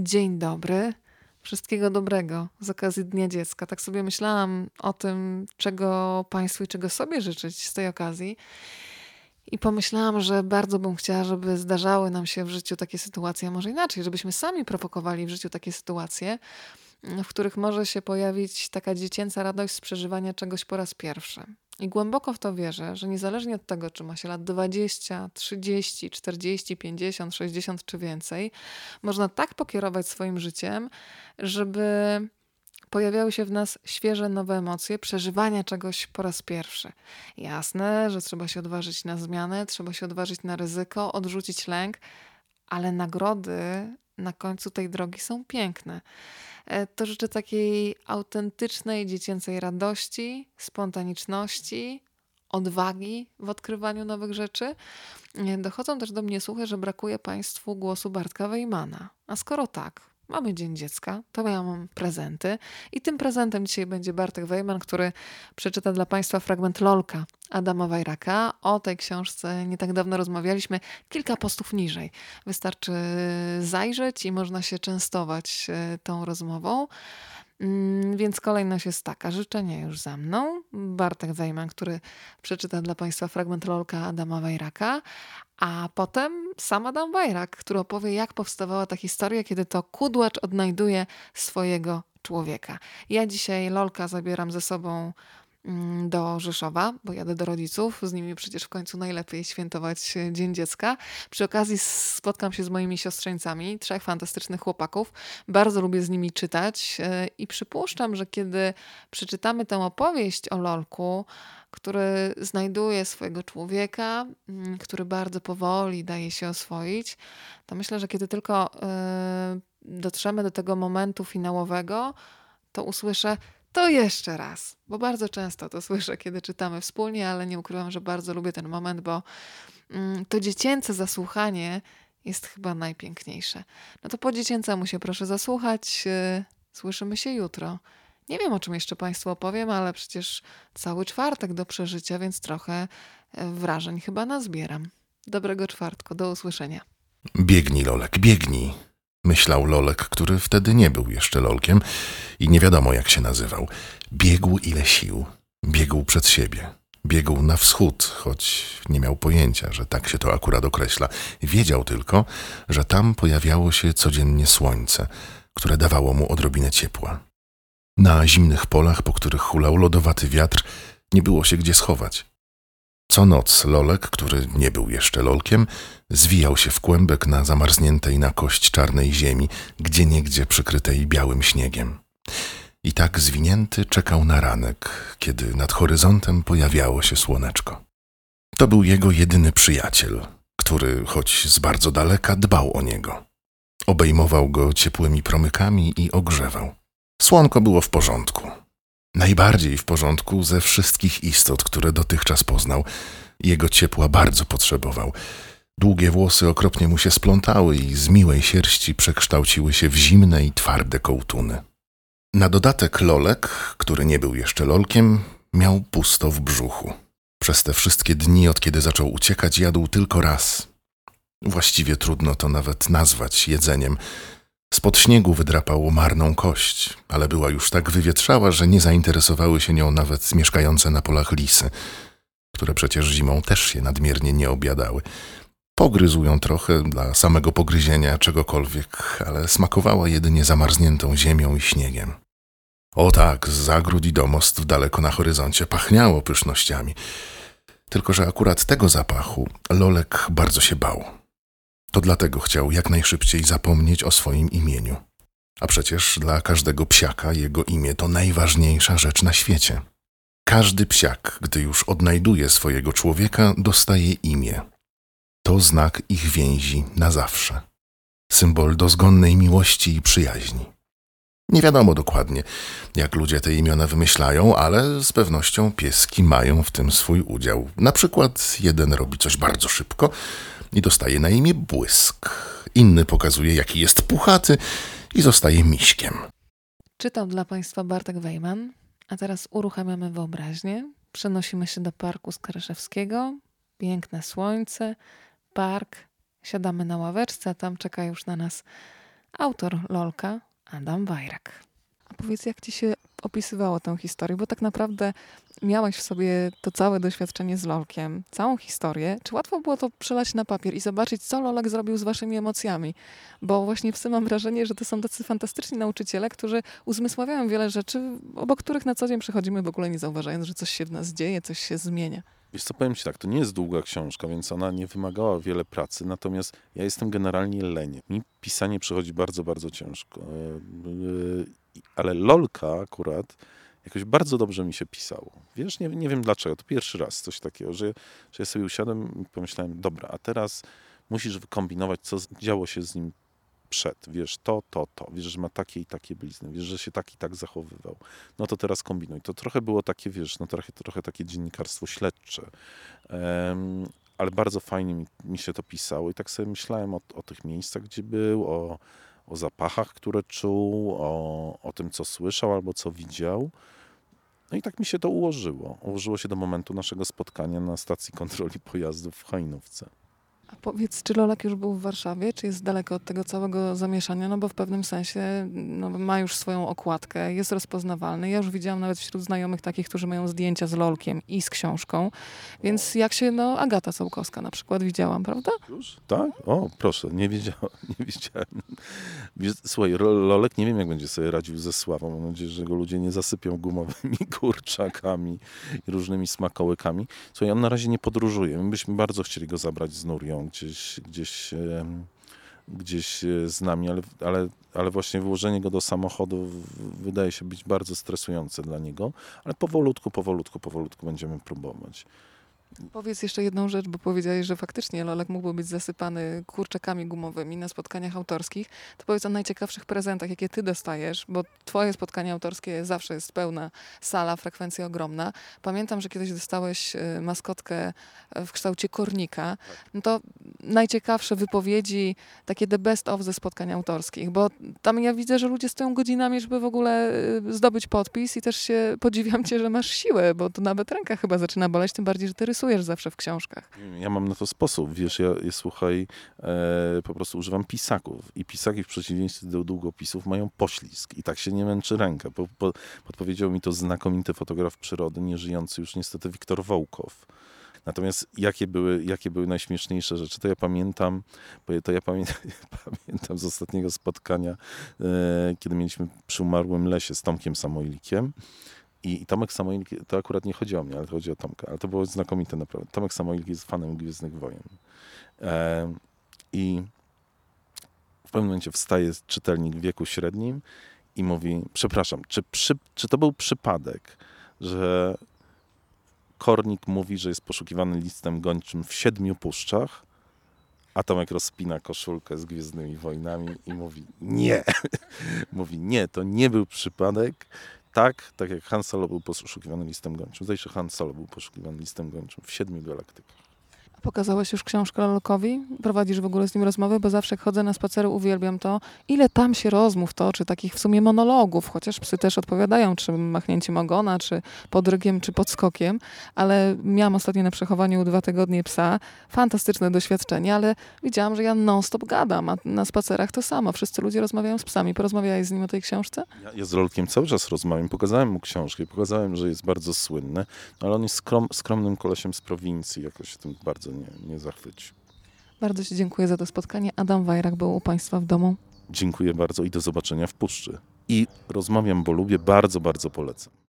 Dzień dobry. Wszystkiego dobrego z okazji Dnia Dziecka. Tak sobie myślałam o tym, czego Państwu i czego sobie życzyć z tej okazji. I pomyślałam, że bardzo bym chciała, żeby zdarzały nam się w życiu takie sytuacje, a może inaczej, żebyśmy sami prowokowali w życiu takie sytuacje, w których może się pojawić taka dziecięca radość z przeżywania czegoś po raz pierwszy. I głęboko w to wierzę, że niezależnie od tego, czy ma się lat 20, 30, 40, 50, 60 czy więcej, można tak pokierować swoim życiem, żeby pojawiały się w nas świeże, nowe emocje, przeżywania czegoś po raz pierwszy. Jasne, że trzeba się odważyć na zmianę, trzeba się odważyć na ryzyko, odrzucić lęk, ale nagrody na końcu tej drogi są piękne. To życzę takiej autentycznej, dziecięcej radości, spontaniczności, odwagi w odkrywaniu nowych rzeczy. Dochodzą też do mnie słuchy, że brakuje Państwu głosu Bartka Wejmana. A skoro tak, mamy Dzień Dziecka, to ja mam prezenty. I tym prezentem dzisiaj będzie Bartek Wejman, który przeczyta dla Państwa fragment Lolka Adama Wajraka. O tej książce nie tak dawno rozmawialiśmy, kilka postów niżej. Wystarczy zajrzeć i można się częstować tą rozmową. Więc kolejność jest taka. Życzenia już za mną. Bartek Wejman, który przeczyta dla Państwa fragment Lolka Adama Wajraka, a potem sam Adam Wajrak, który opowie, jak powstawała ta historia, kiedy to kudłacz odnajduje swojego człowieka. Ja dzisiaj Lolka zabieram ze sobą do Rzeszowa, bo jadę do rodziców. Z nimi przecież w końcu najlepiej świętować Dzień Dziecka. Przy okazji spotkam się z moimi siostrzeńcami, 3 fantastycznych chłopaków. Bardzo lubię z nimi czytać i przypuszczam, że kiedy przeczytamy tę opowieść o Lolku, który znajduje swojego człowieka, który bardzo powoli daje się oswoić, to myślę, że kiedy tylko dotrzemy do tego momentu finałowego, to usłyszę to jeszcze raz, bo bardzo często to słyszę, kiedy czytamy wspólnie, ale nie ukrywam, że bardzo lubię ten moment, bo to dziecięce zasłuchanie jest chyba najpiękniejsze. No to po dziecięcemu się proszę zasłuchać. Słyszymy się jutro. Nie wiem, o czym jeszcze Państwu opowiem, ale przecież cały czwartek do przeżycia, więc trochę wrażeń chyba nazbieram. Dobrego czwartku, do usłyszenia. Biegnij, Lolek, biegnij, myślał Lolek, który wtedy nie był jeszcze Lolkiem i nie wiadomo jak się nazywał. Biegł ile sił, biegł przed siebie, biegł na wschód, choć nie miał pojęcia, że tak się to akurat określa. Wiedział tylko, że tam pojawiało się codziennie słońce, które dawało mu odrobinę ciepła. Na zimnych polach, po których hulał lodowaty wiatr, nie było się gdzie schować. Co noc Lolek, który nie był jeszcze Lolkiem, zwijał się w kłębek na zamarzniętej na kość czarnej ziemi, gdzieniegdzie przykrytej białym śniegiem. I tak zwinięty czekał na ranek, kiedy nad horyzontem pojawiało się słoneczko. To był jego jedyny przyjaciel, który, choć z bardzo daleka, dbał o niego. Obejmował go ciepłymi promykami i ogrzewał. Słonko było w porządku. Najbardziej w porządku ze wszystkich istot, które dotychczas poznał. Jego ciepła bardzo potrzebował. Długie włosy okropnie mu się splątały i z miłej sierści przekształciły się w zimne i twarde kołtuny. Na dodatek Lolek, który nie był jeszcze Lolkiem, miał pusto w brzuchu. Przez te wszystkie dni, od kiedy zaczął uciekać, jadł tylko raz. Właściwie trudno to nawet nazwać jedzeniem. Spod śniegu wydrapał marną kość, ale była już tak wywietrzała, że nie zainteresowały się nią nawet mieszkające na polach lisy, które przecież zimą też się nadmiernie nie objadały. Pogryzł ją trochę dla samego pogryzienia czegokolwiek, ale smakowała jedynie zamarzniętą ziemią i śniegiem. O tak, z zagród i domostw daleko na horyzoncie pachniało pysznościami. Tylko że akurat tego zapachu Lolek bardzo się bał. To dlatego chciał jak najszybciej zapomnieć o swoim imieniu. A przecież dla każdego psiaka jego imię to najważniejsza rzecz na świecie. Każdy psiak, gdy już odnajduje swojego człowieka, dostaje imię. To znak ich więzi na zawsze. Symbol dozgonnej miłości i przyjaźni. Nie wiadomo dokładnie, jak ludzie te imiona wymyślają, ale z pewnością pieski mają w tym swój udział. Na przykład jeden robi coś bardzo szybko i dostaje na imię Błysk. Inny pokazuje, jaki jest puchaty i zostaje Miśkiem. Czytał dla Państwa Bartek Wejman, a teraz uruchamiamy wyobraźnię. Przenosimy się do Parku Skaryszewskiego. Piękne słońce, park. Siadamy na ławeczce, a tam czeka już na nas autor Lolka, Adam Wajrak. A powiedz, jak ci się opisywało tę historię? Bo tak naprawdę miałaś w sobie to całe doświadczenie z Lolkiem, całą historię. Czy łatwo było to przelać na papier i zobaczyć, co Lolek zrobił z waszymi emocjami? Bo właśnie w tym mam wrażenie, że to są tacy fantastyczni nauczyciele, którzy uzmysławiają wiele rzeczy, obok których na co dzień przechodzimy w ogóle nie zauważając, że coś się w nas dzieje, coś się zmienia. Wiesz co, powiem ci tak, to nie jest długa książka, więc ona nie wymagała wiele pracy, natomiast ja jestem generalnie leniwy. Mi pisanie przychodzi bardzo, bardzo ciężko. Ale Lolka akurat jakoś bardzo dobrze mi się pisało. Wiesz, nie wiem dlaczego, to pierwszy raz coś takiego, że ja sobie usiadłem i pomyślałem, dobra, a teraz musisz wykombinować, co działo się z nim przed. Wiesz, to. Wiesz, że ma takie i takie blizny. Wiesz, że się tak i tak zachowywał. No to teraz kombinuj. To trochę było takie, wiesz, no trochę takie dziennikarstwo śledcze. Ale bardzo fajnie mi się to pisało i tak sobie myślałem o tych miejscach, gdzie był, o zapachach, które czuł, o tym, co słyszał albo co widział. No i tak mi się to ułożyło. Ułożyło się do momentu naszego spotkania na stacji kontroli pojazdów w Hajnówce. A powiedz, czy Lolek już był w Warszawie, czy jest daleko od tego całego zamieszania? No bo w pewnym sensie ma już swoją okładkę, jest rozpoznawalny. Ja już widziałam nawet wśród znajomych takich, którzy mają zdjęcia z Lolkiem i z książką. Więc jak się, Agata Sołkowska na przykład widziałam, prawda? Już? Tak? O, proszę, nie wiedziałem. Wiesz, słuchaj, Lolek nie wiem, jak będzie sobie radził ze sławą. Mam nadzieję, że go ludzie nie zasypią gumowymi kurczakami i różnymi smakołykami. Słuchaj, on na razie nie podróżuje. My byśmy bardzo chcieli go zabrać z Nurią gdzieś z nami, ale właśnie włożenie go do samochodu wydaje się być bardzo stresujące dla niego, ale powolutku będziemy próbować. Powiedz jeszcze jedną rzecz, bo powiedziałeś, że faktycznie Lolek mógłby być zasypany kurczakami gumowymi na spotkaniach autorskich. To powiedz o najciekawszych prezentach, jakie ty dostajesz, bo twoje spotkanie autorskie zawsze jest pełna sala, frekwencja ogromna. Pamiętam, że kiedyś dostałeś maskotkę w kształcie kornika. No to najciekawsze wypowiedzi, takie the best of ze spotkań autorskich, bo tam ja widzę, że ludzie stoją godzinami, żeby w ogóle zdobyć podpis i też się podziwiam cię, że masz siłę, bo to nawet ręka chyba zaczyna boleć, tym bardziej, że ty rysujesz zawsze w książkach. Ja mam na to sposób, wiesz, ja słuchaj, po prostu używam pisaków i pisaki w przeciwieństwie do długopisów mają poślizg i tak się nie męczy ręka. Podpowiedział mi to znakomity fotograf przyrody, nieżyjący już niestety Wiktor Wołkow. Natomiast jakie były najśmieszniejsze rzeczy, to ja pamiętam z ostatniego spotkania, kiedy mieliśmy przy Umarłym Lesie z Tomkiem Samoilikiem. I Tomek Samoilik, to akurat nie chodzi o mnie, ale to chodzi o Tomka, ale to było znakomite naprawdę. Tomek Samoilik jest fanem Gwiezdnych Wojen. I w pewnym momencie wstaje czytelnik w wieku średnim i mówi, przepraszam, czy to był przypadek, że Kornik mówi, że jest poszukiwany listem gończym w 7 puszczach, a Tomek rozpina koszulkę z Gwiezdnymi Wojnami i mówi, nie. Mówi, nie, to nie był przypadek. Tak jak Han Solo był poszukiwany listem gończym. Zdaje się, Han Solo był poszukiwany listem gończym w 7 galaktykach. Pokazałeś już książkę Lolkowi? Prowadzisz w ogóle z nim rozmowy? Bo zawsze jak chodzę na spacery, uwielbiam to. Ile tam się rozmów toczy, takich w sumie monologów, chociaż psy też odpowiadają, czy machnięciem ogona, czy podrygiem, czy podskokiem. Ale miałam ostatnio na przechowaniu 2 tygodnie psa. Fantastyczne doświadczenie, ale widziałam, że ja non-stop gadam, a na spacerach to samo. Wszyscy ludzie rozmawiają z psami. Porozmawiałeś z nim o tej książce? Ja z Lolkiem cały czas rozmawiam. Pokazałem mu książkę, pokazałem, że jest bardzo słynny, no ale on jest skromnym kolesiem z prowincji, jakoś się tym bardzo nie zachwycił. Bardzo ci dziękuję za to spotkanie. Adam Wajrak był u państwa w domu. Dziękuję bardzo i do zobaczenia w Puszczy. I rozmawiam, bo lubię, bardzo, bardzo polecam.